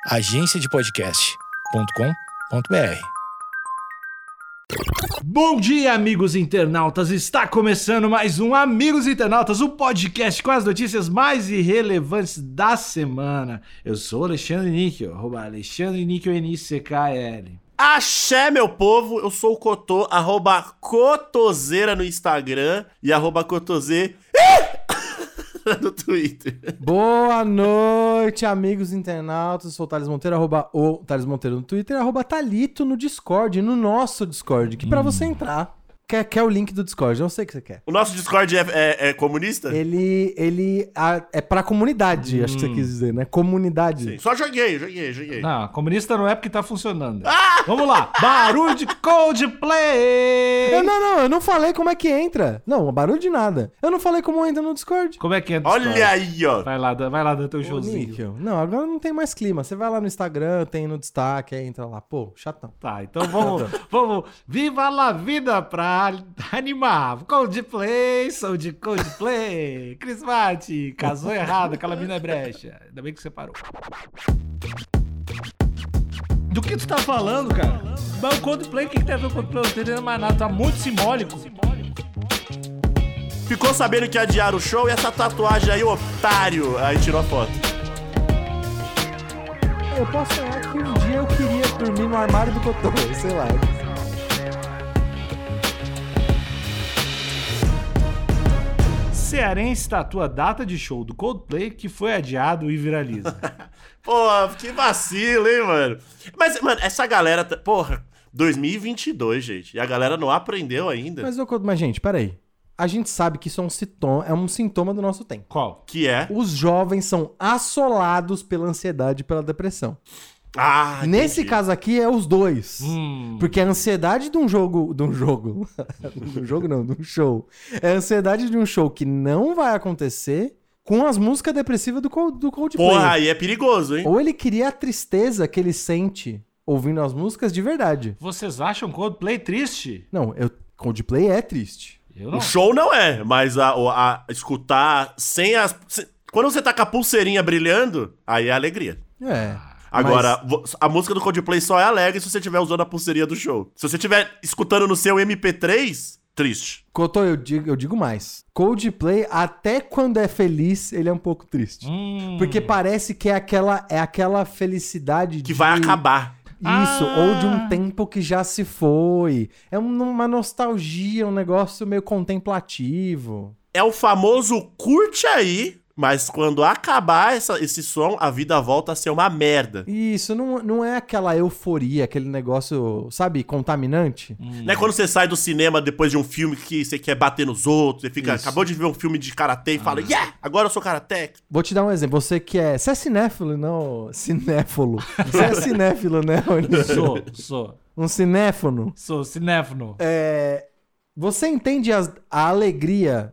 agenciadepodcast.com.br. Bom dia, amigos internautas! Está começando mais um Amigos Internautas, o podcast com as notícias mais irrelevantes da semana. Eu sou Alexandre Níquel, Alexandre Níquel, N-I-C-K-L. Axé, meu povo, eu sou o Cotô, @cotoseira no Instagram e @cotoseira no Twitter. Boa noite, amigos internautas. Eu sou o Thales Monteiro, o Thales Monteiro no Twitter, @Thalito no Discord, no nosso Discord, que pra você entrar, quer o link do Discord, eu sei que você quer. O nosso Discord é comunista? Ele é pra comunidade, acho que você quis dizer, né? Comunidade. Sim. Só joguei. Não, comunista não é porque tá funcionando. Vamos lá, barulho de Coldplay! Eu não falei como é que entra. Não, barulho de nada. Eu não falei como entra no Discord. Como é que entra no Discord? Olha aí, ó. Vai lá dar teu showzinho. Níquel. Não, agora não tem mais clima. Você vai lá no Instagram, tem no destaque, aí entra lá. Pô, chatão. Tá, então vamos. Viva la vida pra animar. Coldplay, sou de Coldplay. Chris Martin, casou errado, aquela mina é brecha. Ainda bem que você parou. Do que tu tá falando, cara? Mas o Coldplay, o que tem a ver com o Coldplay? Não tô entendendo mais nada, tá muito simbólico. Ficou sabendo que adiaram o show e essa tatuagem aí, otário. Aí tirou a foto. Eu posso falar que um dia eu queria dormir no armário do Cotô, sei lá. Cearense tatua data de show do Coldplay que foi adiado e viraliza. Pô, que vacilo, hein, mano? Mas, mano, essa galera... Porra, 2022, gente. E a galera não aprendeu ainda. Mas, gente, peraí. A gente sabe que isso é um sintoma do nosso tempo. Qual? Que é? Os jovens são assolados pela ansiedade e pela depressão. Nesse entendi. caso aqui é os dois. Porque a ansiedade de um show. É a ansiedade de um show que não vai acontecer com as músicas depressivas do Coldplay. Porra, aí é perigoso, hein? Ou ele queria a tristeza que ele sente ouvindo as músicas de verdade. Vocês acham Coldplay triste? Não, Coldplay é triste. Eu não. O show não é, mas a escutar sem as... Quando você tá com a pulseirinha brilhando, aí é alegria. É. Agora, a música do Coldplay só é alegre se você estiver usando a pulseirinha do show. Se você estiver escutando no seu MP3, triste. Cotô, eu digo mais. Coldplay, até quando é feliz, ele é um pouco triste. Porque parece que é aquela felicidade Que vai acabar. Isso, ou de um tempo que já se foi. É uma nostalgia, um negócio meio contemplativo. É o famoso curte aí, mas quando acabar esse som, a vida volta a ser uma merda. Isso, não é aquela euforia, aquele negócio, sabe, contaminante. Não é quando você sai do cinema depois de um filme que você quer bater nos outros, você fica, acabou de ver um filme de karatê e fala, yeah, agora eu sou karateca. Vou te dar um exemplo, você é cinéfilo, não cinéfilo. Você é cinéfilo, né, Rony? Sou. Um cinéfono. Sou cinéfono. Você entende a alegria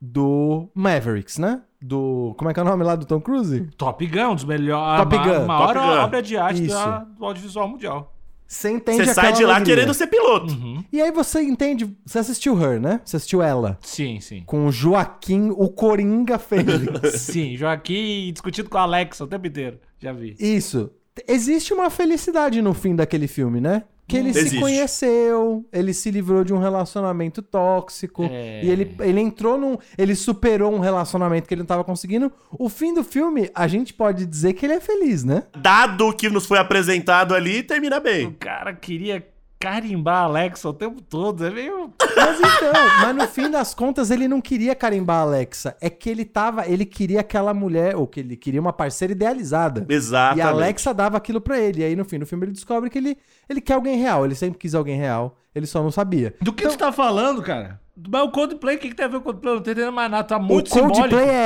do Mavericks, né? Como é que é o nome lá do Tom Cruise? Top Gun, um dos melhores. Top Gun. Maior Top Gun. obra de arte Isso. do audiovisual mundial. Você entende Você sai aquela de lá alegria. querendo ser piloto. E aí você entende... Você assistiu Her, né? Você assistiu ela. Sim. Com o Joaquim, o Coringa Fênix. Sim, Joaquim discutindo com a Alexa o tempo inteiro. Já vi. Isso. Existe uma felicidade no fim daquele filme, né? Que ele se Existe. conheceu, ele se livrou de um relacionamento tóxico, e ele entrou ele superou um relacionamento que ele não tava conseguindo. O fim do filme, a gente pode dizer que ele é feliz, né? Dado o que nos foi apresentado ali, termina O bem. cara queria carimbar a Alexa o tempo todo. É meio... Mas no fim das contas, ele não queria carimbar a Alexa. É que ele queria aquela mulher, ou que ele queria uma parceira idealizada. Exatamente. E a Alexa dava aquilo pra ele. E aí, no fim do filme, ele descobre que ele quer alguém real. Ele sempre quis alguém real. Ele só não sabia. Do que tu tá falando, cara? Mas o Coldplay, o que tem a ver com o Coldplay? Eu não tô entendendo mais nada. Tá muito simbólico.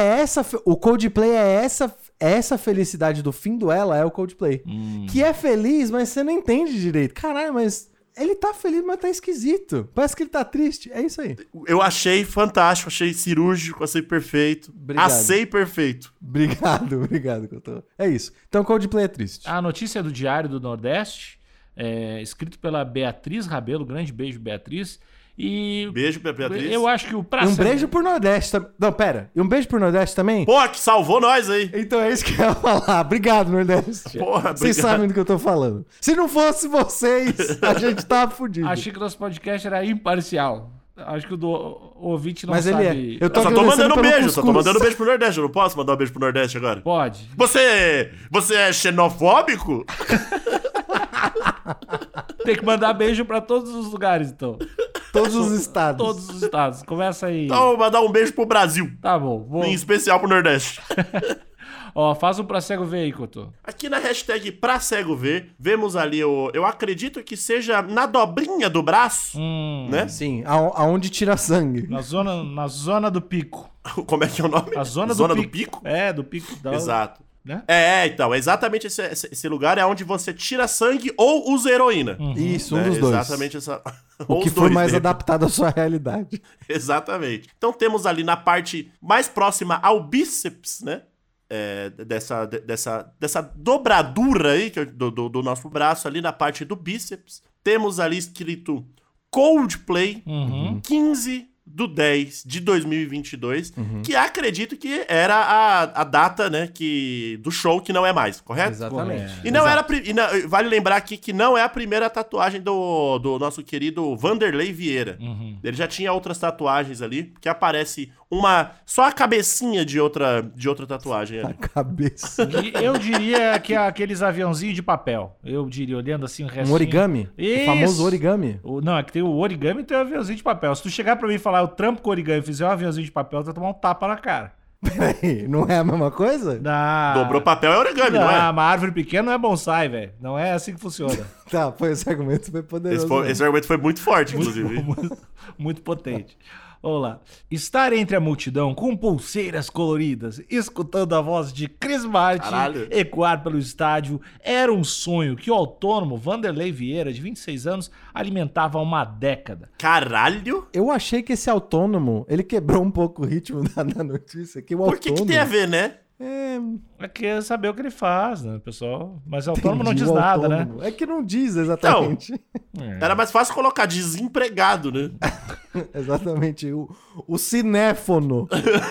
O Coldplay é essa felicidade do fim do ela é o Coldplay. Que é feliz, mas você não entende direito. Caralho, mas ele tá feliz, mas tá esquisito. Parece que ele tá triste. É isso aí. Eu achei fantástico, achei cirúrgico, achei perfeito. Obrigado. Achei perfeito. Obrigado, Cotô. É isso. Então Coldplay é triste. A notícia é do Diário do Nordeste, escrito pela Beatriz Rabelo, grande beijo, Beatriz. E Beijo pra Beatriz. eu acho que o E um beijo pro Nordeste também. Não, pera. E um beijo pro Nordeste também? Pô, que salvou nós aí. Então é isso que eu ia falar. Obrigado, Nordeste. Porra, Vocês obrigado. sabem do que eu tô falando. Se não fosse vocês, a gente tava fudido. Achei que o nosso podcast era imparcial. Acho que o do ouvinte não Mas sabe. ele é. Eu Eu só tô agradecendo mandando pelo beijo, só tô cuscuz. mandando beijo pro Nordeste. Eu não posso mandar um beijo pro Nordeste agora? Pode. Você é xenofóbico? Tem que mandar beijo pra todos os lugares, então. Todos os estados. Todos os estados. Começa aí. Então, eu vou mandar um beijo pro Brasil. Tá bom. Vou... Em especial pro Nordeste. Ó, faz um pra cego ver aí, Cotô. Aqui na hashtag pra cego ver, vemos ali o... Eu acredito que seja na dobrinha do braço, né? Sim, aonde tira sangue. Na zona do pico. Como é que é o nome? A zona do pico? É, do pico. Exato. Né? Então, exatamente esse lugar é onde você tira sangue ou usa heroína. Isso, um Né? dos dois. Exatamente essa... O ou que os for dois, mais né? adaptado à sua realidade. Exatamente. Então temos ali na parte mais próxima ao bíceps, né? Dessa dobradura aí do nosso braço ali na parte do bíceps. Temos ali escrito Coldplay 15/10/2022, que acredito que era a data, né, do show que não é mais, correto? Exatamente. E não era. Vale lembrar aqui que não é a primeira tatuagem do nosso querido Vanderlei Vieira. Ele já tinha outras tatuagens ali, que aparece só a cabecinha de outra tatuagem A ali. cabeça. E eu diria que é aqueles aviãozinhos de papel. Eu diria, olhando assim o restinho. Um origami? Isso. O famoso origami. Não, é que tem o origami e tem o aviãozinho de papel. Se tu chegar pra mim e falar eu trampo com origami e fizer um aviãozinho de papel, tu vai tomar um tapa na cara. Peraí, não é a mesma coisa? Dobrou papel é origami, não é? Uma árvore pequena não é bonsai, velho. Não é assim que funciona. Tá, esse argumento foi poderoso. Esse argumento foi muito forte, inclusive. Muito potente. Vamos lá. Estar entre a multidão com pulseiras coloridas, escutando a voz de Chris Martin Caralho. ecoar pelo estádio, era um sonho que o autônomo Vanderlei Vieira, de 26 anos, alimentava há uma década. Caralho? Eu achei que esse autônomo, ele quebrou um pouco o ritmo da notícia. Que o Por que autônomo... tem a ver, né? É que é saber o que ele faz, né, pessoal? Mas o autônomo não Entendi, diz o nada, né? autônomo. É que não diz exatamente. Era mais fácil colocar desempregado, né? Exatamente. O cinéfono.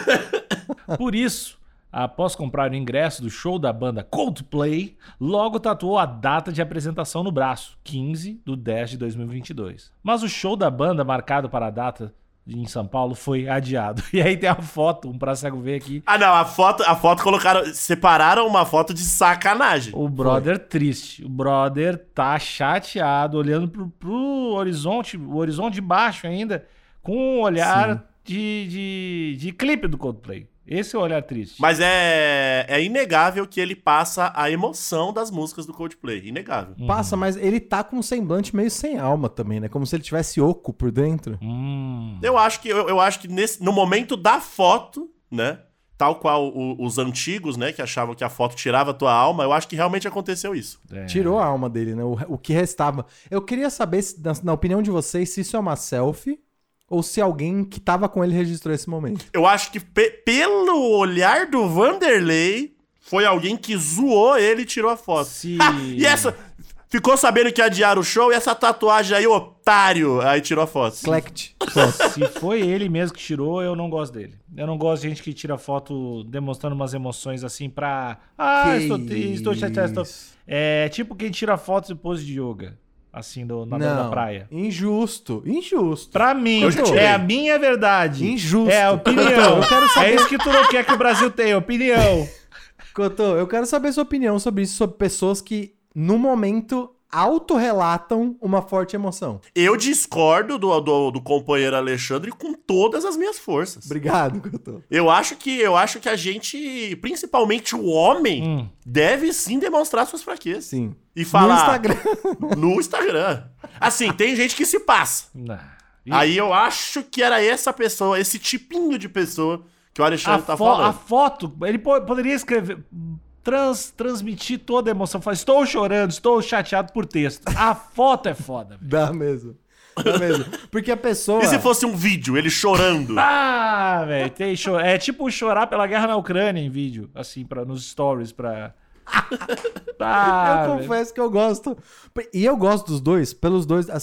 Por isso, após comprar o ingresso do show da banda Coldplay, logo tatuou a data de apresentação no braço, 15/10/2022. Mas o show da banda, marcado para a data em São Paulo, foi adiado. E aí tem a foto, um pra cego ver aqui. Ah, não, a foto separaram uma foto de sacanagem. O brother triste. O brother tá chateado, olhando pro horizonte, o horizonte de baixo ainda, com um olhar de clipe do Coldplay. Esse é o olhar triste. Mas é inegável que ele passa a emoção das músicas do Coldplay. Inegável. Passa, mas ele tá com um semblante meio sem alma também, né? Como se ele tivesse oco por dentro. Eu acho que no momento da foto, né? Tal qual os antigos, né? Que achavam que a foto tirava a tua alma, eu acho que realmente aconteceu isso. Tirou a alma dele, né? O que restava. Eu queria saber, na opinião de vocês, se isso é uma selfie ou se alguém que tava com ele registrou esse momento. Eu acho que pelo olhar do Vanderlei, foi alguém que zoou ele e tirou a foto. Se... E essa... Ficou sabendo que adiaram o show e essa tatuagem aí, otário, aí tirou a foto. Collect. Se foi ele mesmo que tirou, eu não gosto dele. Eu não gosto de gente que tira foto demonstrando umas emoções assim pra... estou triste, estou chateado. É tipo quem tira fotos de pose de yoga. Assim, na praia. Injusto. Pra mim, é a minha verdade. Injusto. É a opinião. Eu quero saber... É isso que tu não quer que o Brasil tenha, opinião. Cotô, eu quero saber sua opinião sobre isso, sobre pessoas que, no momento, autorrelatam uma forte emoção. Eu discordo do companheiro Alexandre com todas as minhas forças. Obrigado, Cotô. Eu acho que a gente, principalmente o homem, deve sim demonstrar suas fraquezas. Sim. E falar... No Instagram. No Instagram. Assim, tem gente que se passa. Aí eu acho que era essa pessoa, esse tipinho de pessoa que o Alexandre tá falando. A foto, ele poderia escrever... Transmitir toda a emoção. Falar, estou chorando, estou chateado por texto. A foto é foda. Dá mesmo. Porque a pessoa... E se fosse um vídeo, ele chorando? Velho, é tipo chorar pela guerra na Ucrânia em vídeo, assim, nos stories, pra... eu confesso que eu gosto. E eu gosto dos dois, pelos dois, assim...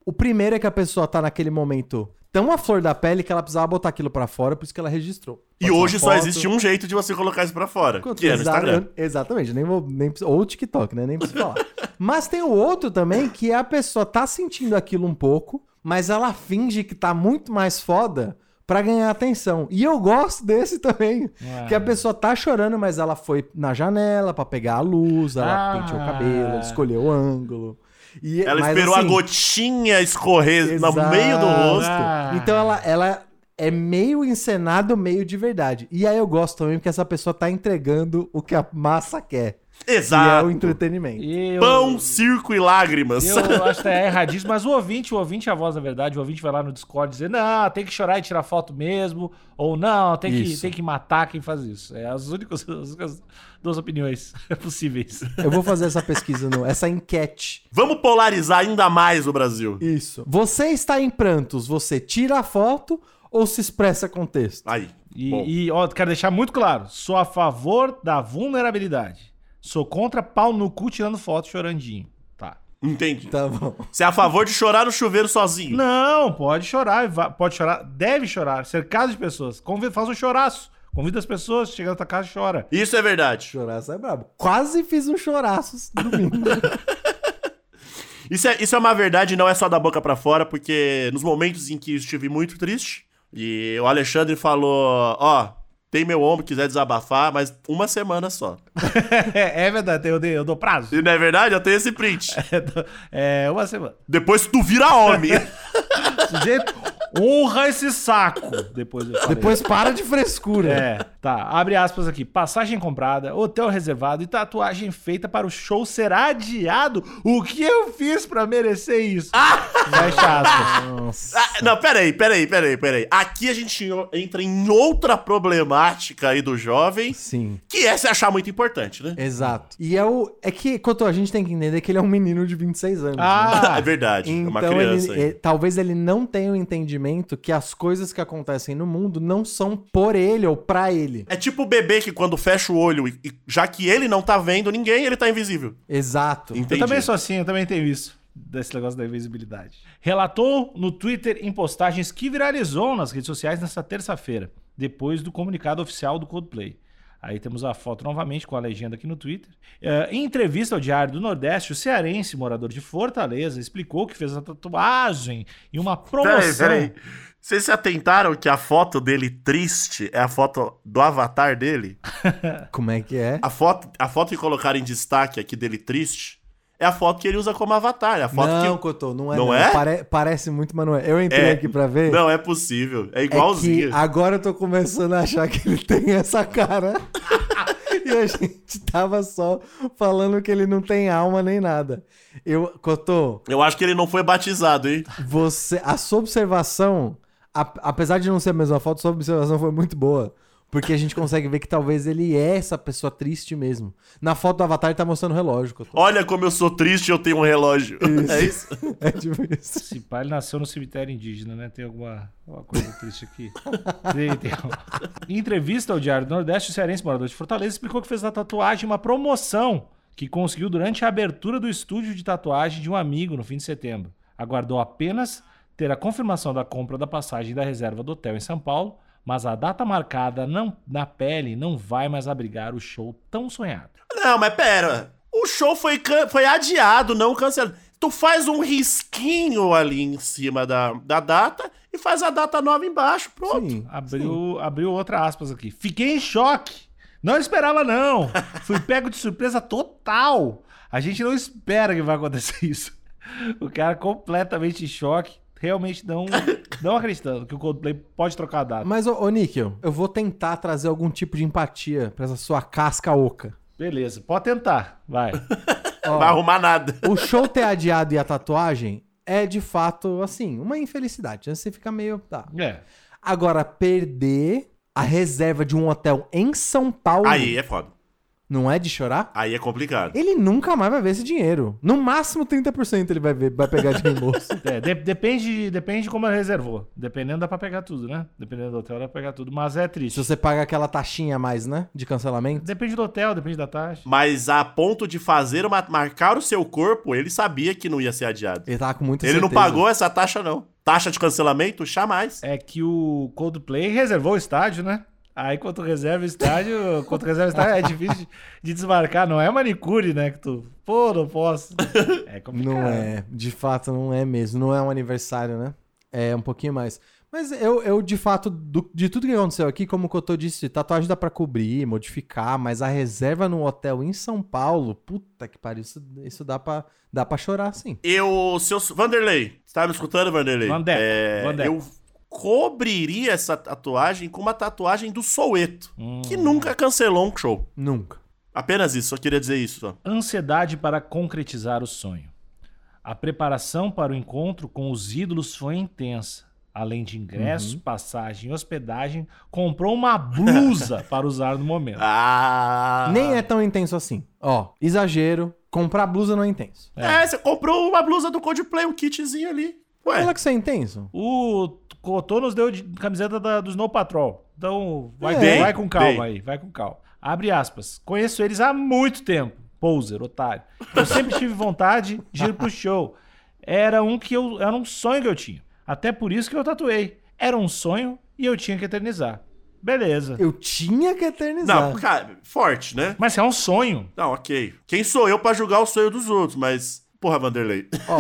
O primeiro é que a pessoa tá naquele momento tão à flor da pele que ela precisava botar aquilo pra fora, por isso que ela registrou. E hoje só existe um jeito de você colocar isso pra fora, que é no Instagram. Exatamente, ou o TikTok, né? Nem preciso falar. Mas tem o outro também, que a pessoa tá sentindo aquilo um pouco, mas ela finge que tá muito mais foda pra ganhar atenção. E eu gosto desse também. Que a pessoa tá chorando, mas ela foi na janela pra pegar a luz, ela penteou o cabelo, ela escolheu o ângulo. Ela esperou assim, a gotinha escorrer no meio do rosto. Então ela é meio encenado, meio de verdade. E aí eu gosto também porque essa pessoa tá entregando o que a massa quer. Exato. E é o entretenimento. Pão, circo e lágrimas. Eu acho que é erradíssimo, mas o ouvinte é a voz da verdade. O ouvinte vai lá no Discord dizer, não, tem que chorar e tirar foto mesmo. Ou não, tem que matar quem faz isso. É as únicas duas opiniões possíveis. Eu vou fazer essa pesquisa, essa enquete. Vamos polarizar ainda mais o Brasil. Isso. Você está em prantos, você tira a foto ou se expressa com texto? Aí. E quero deixar muito claro, sou a favor da vulnerabilidade. Sou contra pau no cu tirando foto chorandinho. Tá. Entendi. Tá bom. Você é a favor de chorar no chuveiro sozinho? Não, pode chorar, deve chorar, cercado de pessoas. Faz um choraço. Convida as pessoas, chega na tua casa e chora. Isso é verdade. Choraço é brabo. Quase fiz um choraço domingo. Isso é uma verdade, não é só da boca pra fora, porque nos momentos em que estive muito triste, e o Alexandre falou, tem meu ombro, quiser desabafar, mas uma semana só. É verdade, eu dou prazo. E não é verdade? Eu tenho esse print. É uma semana. Depois tu vira homem. Sujeito, honra esse saco. Depois para de frescura. Tá. Abre aspas aqui. Passagem comprada, hotel reservado e tatuagem feita para o show ser adiado. O que eu fiz pra merecer isso? Fecha aspas. Nossa. Não, peraí. Aqui a gente entra em outra problemática aí do jovem. Sim. Que é se achar muito importante, né? Exato. E é que, Cotô, a gente tem que entender que ele é um menino de 26 anos. É verdade. Então, é uma criança. Talvez ele não tenha o entendimento que as coisas que acontecem no mundo não são por ele ou pra ele. É tipo o bebê que quando fecha o olho, e já que ele não tá vendo ninguém, ele tá invisível. Exato. Entendi. Eu também sou assim, eu também tenho isso. Desse negócio da invisibilidade. Relatou no Twitter em postagens que viralizou nas redes sociais nesta terça-feira, depois do comunicado oficial do Coldplay. Aí temos a foto novamente com a legenda aqui no Twitter. Em entrevista ao Diário do Nordeste, o cearense, morador de Fortaleza, explicou que fez a tatuagem em uma promoção. Peraí. Vocês se atentaram que a foto dele triste é a foto do avatar dele? Como é que é? A foto que colocaram em destaque aqui dele triste é a foto que ele usa como avatar. A foto não, que... Cotô, não é. Não é? Parece muito, mas não é. Eu entrei aqui pra ver. Não, é possível. É igualzinho. É que agora eu tô começando a achar que ele tem essa cara. E a gente tava só falando que ele não tem alma nem nada. Cotô... Eu acho que ele não foi batizado, hein? A sua observação, apesar de não ser a mesma foto, sua observação foi muito boa. Porque a gente consegue ver que talvez ele é essa pessoa triste mesmo. Na foto do avatar ele tá mostrando o relógio. Cotô. Olha como eu sou triste e eu tenho um relógio. Isso. É isso? É tipo isso. Esse pai ele nasceu no cemitério indígena, né? Tem alguma coisa triste aqui. Tem. Em entrevista ao Diário do Nordeste, o cearense morador de Fortaleza explicou que fez a tatuagem uma promoção que conseguiu durante a abertura do estúdio de tatuagem de um amigo no fim de setembro. Aguardou apenas ter a confirmação da compra da passagem da reserva do hotel em São Paulo, mas a data marcada na pele não vai mais abrigar o show tão sonhado. Não, mas pera. O show foi adiado, não cancelado. Tu faz um risquinho ali em cima da data e faz a data nova embaixo, pronto. Sim, abriu outra aspas aqui. Fiquei em choque. Não esperava, não. Fui pego de surpresa total. A gente não espera que vai acontecer isso. O cara completamente em choque. Realmente não acreditando que o Coldplay pode trocar a data. Mas, ô Níquel, eu vou tentar trazer algum tipo de empatia pra essa sua casca oca. Beleza, pode tentar, vai. Não vai arrumar nada. O show ter adiado e a tatuagem é, de fato, assim, uma infelicidade. Você fica meio... Tá. Agora, perder a reserva de um hotel em São Paulo... Aí é foda. não é de chorar, Aí é complicado. ele nunca mais vai ver esse dinheiro. No máximo 30% ele vai pegar de reembolso. Depende de como ele reservou. Dependendo, dá pra pegar tudo, né? Dependendo do hotel, dá pra pegar tudo. Mas é triste. Se você paga aquela taxinha a mais, né? De cancelamento. Depende do hotel, depende da taxa. Mas a ponto de marcar o seu corpo, ele sabia que não ia ser adiado. Ele tava com muita Ele não certeza. pagou essa taxa, não. Taxa de cancelamento? Jamais. É que o Coldplay reservou o estádio, né? Aí quando reserva o estádio, é difícil de desmarcar. Não é manicure, né? Que tu, pô, não posso. É complicado. Não é, de fato não é mesmo. Não é um aniversário, né? É um pouquinho mais. Mas eu de fato, de tudo que aconteceu aqui, como o Cotô disse, tatuagem dá pra cobrir, modificar, mas a reserva no hotel em São Paulo, puta que pariu, isso dá pra chorar, sim. Vanderlei, você tá me escutando, Vanderlei? Vandeco. Eu cobriria essa tatuagem com uma tatuagem do Soweto, que nunca cancelou um show. Nunca. Apenas isso, só queria dizer isso. Só. Ansiedade para concretizar o sonho. A preparação para o encontro com os ídolos foi intensa. Além de ingresso, passagem e hospedagem, comprou uma blusa para usar no momento. Nem é tão intenso assim. Ó, exagero. Comprar blusa não é intenso. Você comprou uma blusa do Coldplay, um kitzinho ali. Ué, Fala que isso é intenso. O Cotô nos deu de camiseta do Snow Patrol. Então, vai com calma bem. aí, vai com calma. Abre aspas. Conheço eles há muito tempo. Poser, otário. Eu sempre tive vontade de ir pro show. Era um sonho que eu tinha. Até por isso que eu tatuei. Era um sonho e eu tinha que eternizar. Beleza. Eu tinha que eternizar. não, cara, forte, né? Mas é um sonho. Não, ok. Quem sou eu pra julgar o sonho dos outros, mas... Porra, Vanderlei. Ó,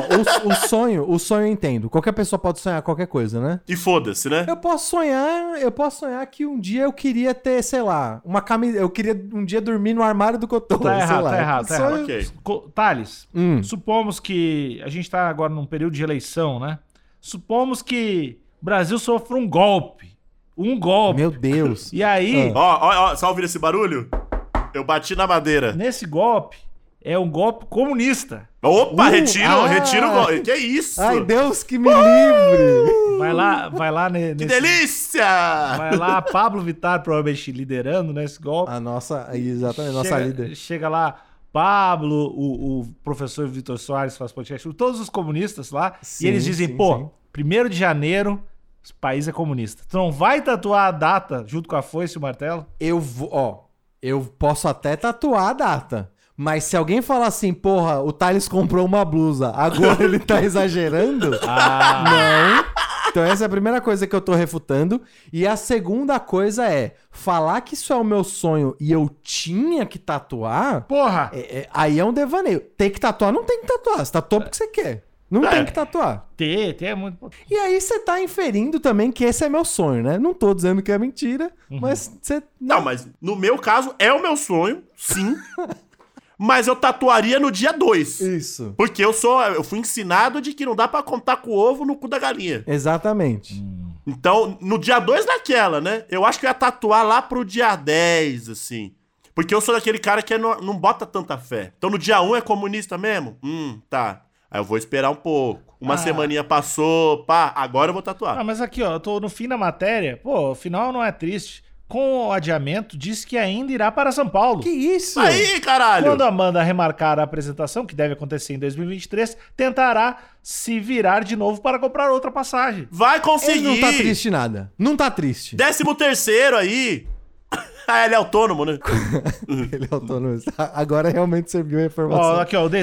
o sonho eu entendo. Qualquer pessoa pode sonhar qualquer coisa, né? E foda-se, né? Eu posso sonhar que um dia eu queria ter, sei lá, uma camisa. Eu queria um dia dormir no armário do Cotô. Tá errado, sei lá. tá errado. Sonho- Ok. Thales, Hum. supomos que a gente tá agora num período de eleição, né? Supomos que o Brasil sofre um golpe. Um golpe. Meu Deus. E aí, Ó, só ouvir esse barulho? Eu bati na madeira. nesse golpe, é um golpe comunista. Opa, retiro o golpe. Que isso? Ai, Deus que me livre. Vai lá Que nesse... delícia! Vai lá, Pablo Vittar provavelmente liderando nesse golpe. A nossa, exatamente, nossa líder. Chega lá, Pablo, o professor Vitor Soares faz podcast, todos os comunistas lá, Sim, e eles dizem, sim, pô, sim. 1º de janeiro, o país é comunista. Tu não vai tatuar a data junto com a foice e o martelo? Eu posso até tatuar a data. Mas se alguém falar assim, porra, o Thales comprou uma blusa, agora ele tá exagerando? Não. Então essa é a primeira coisa que eu tô refutando. E a segunda coisa é, falar que isso é o meu sonho e eu tinha que tatuar, Porra! aí é um devaneio. Tem que tatuar? Não tem que tatuar. Você tatuou porque você quer. Não tem que tatuar. Ter é muito... E aí você tá inferindo também que esse é meu sonho, né? Não tô dizendo que é mentira, mas você... Não, mas no meu caso é o meu sonho, sim. Mas eu tatuaria no dia 2. Isso. Porque eu fui ensinado de que não dá pra contar com o ovo no cu da galinha. Exatamente. Então, no dia 2 daquela, né? Eu acho que eu ia tatuar lá pro dia 10, assim. Porque eu sou daquele cara que não bota tanta fé. Então, no dia 1 é comunista mesmo? Tá. Aí eu vou esperar um pouco. Uma semaninha passou, pá, agora eu vou tatuar. Ah, mas aqui, ó, eu tô no fim da matéria. Pô, o final não é triste. Com o adiamento, diz que ainda irá para São Paulo. Que isso? Aí, caralho! Quando Amanda remarcar a apresentação, que deve acontecer em 2023, tentará se virar de novo para comprar outra passagem. Vai conseguir! Ele não tá triste nada. Não tá triste. 13º aí! Ah, ele é autônomo, né? Ele é autônomo. Agora realmente serviu a Ó, informação. aqui, ó,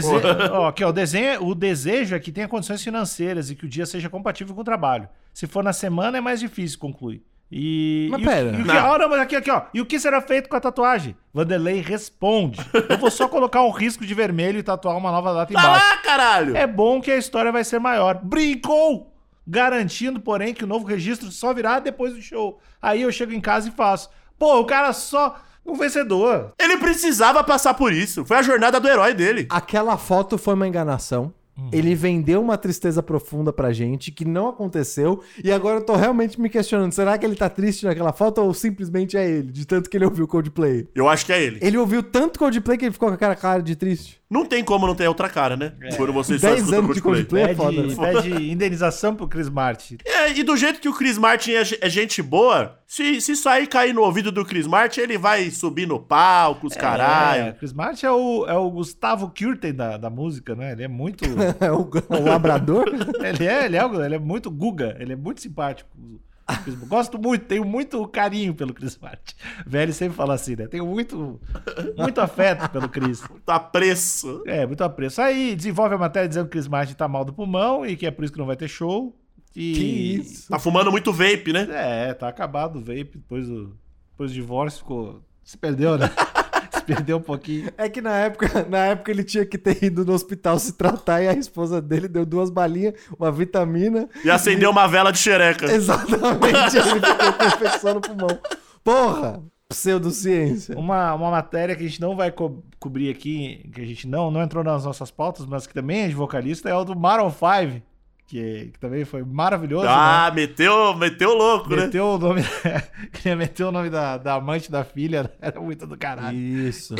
o desejo é que tenha condições financeiras e que o dia seja compatível com o trabalho. Se for na semana, é mais difícil concluir. Mas pera. Mas aqui, ó. E o que será feito com a tatuagem? Vanderlei responde. Eu vou só colocar um risco de vermelho e tatuar uma nova data Tá embaixo. lá, caralho! É bom que a história vai ser maior. Brincou! Garantindo, porém, que o novo registro só virá depois do show. Aí eu chego em casa e faço. Pô, o cara só... um vencedor. Ele precisava passar por isso. Foi a jornada do herói dele. Aquela foto foi uma enganação. Ele vendeu uma tristeza profunda pra gente que não aconteceu. E agora eu tô realmente me questionando. Será que ele tá triste naquela foto ou simplesmente é ele? De tanto que ele ouviu Coldplay. Eu acho que é ele. Ele ouviu tanto Coldplay que ele ficou com aquela cara de triste. Não tem como não ter outra cara, né? Quando você só 10 escuta anos de Coldplay é foda. Pede indenização pro Chris Martin. E do jeito que o Chris Martin é gente boa, se isso aí cair no ouvido do Chris Martin, ele vai subir no palco, os caralho. Chris Martin é o Gustavo Kuerten da música, né? Ele é muito... o labrador? ele é muito Guga, ele é muito simpático. Gosto muito, tenho muito carinho pelo Chris Martin. O velho sempre fala assim, né? Tenho muito afeto pelo Chris. Muito apreço. Muito apreço. Aí desenvolve a matéria dizendo que o Chris Martin tá mal do pulmão e que é por isso que não vai ter show. Que isso? Tá fumando muito vape, né? Tá acabado o vape depois do divórcio, se perdeu, né? Se perdeu um pouquinho. É que na época ele tinha que ter ido no hospital se tratar e a esposa dele deu 2 balinhas, uma vitamina. E acendeu uma vela de xereca. Exatamente, ele ficou com infecção no pulmão. Porra! Pseudociência. Uma matéria que a gente não vai cobrir aqui, que a gente não entrou nas nossas pautas, mas que também é de vocalista, é o do Maroon 5. Que também foi maravilhoso. Né? meteu louco, né? Meteu o nome. Queria meter o nome da amante da filha. Era muito do caralho. Isso.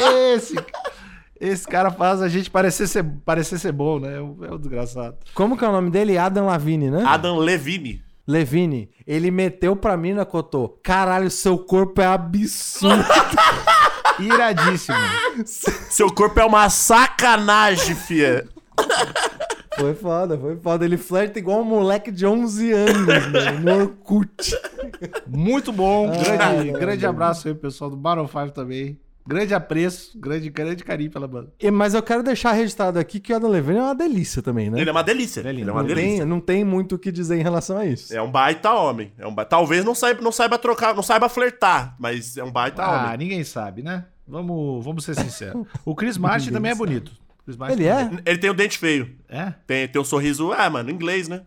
Esse cara faz a gente parecer ser bom, né? É um desgraçado. Como que é o nome dele? Adam Lavigne, né? Adam Levine. Levine. Ele meteu pra mim na Cotô. Caralho, seu corpo é absurdo. Iradíssimo. Seu corpo é uma sacanagem, fia. Foi foda. Ele flerta igual um moleque de 11 anos, mano, no Orkut. Muito bom. Grande abraço aí, pessoal do Maroon 5 também. Grande apreço, grande carinho pela banda. Mas eu quero deixar registrado aqui que o Adam Levine é uma delícia também, né? Ele é uma delícia. Não tem muito o que dizer em relação a isso. É um baita homem. Talvez não saiba trocar, não saiba flertar, mas é um baita homem. Ninguém sabe, né? Vamos ser sinceros. O Chris Martin também é bonito. Ele é? Ele tem o dente feio. É? Tem um sorriso, inglês, né?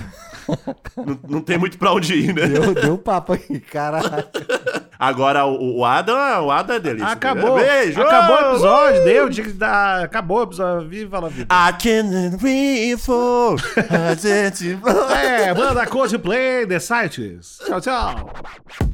Não tem muito pra onde ir, né? Deu papo aqui, caralho. Agora, o Adam é delícia. Acabou. Beijo! Acabou o episódio, tinha que dar... Acabou o episódio, viva a vida. I can't wait for... Manda Coldplay, The Sites. Tchau.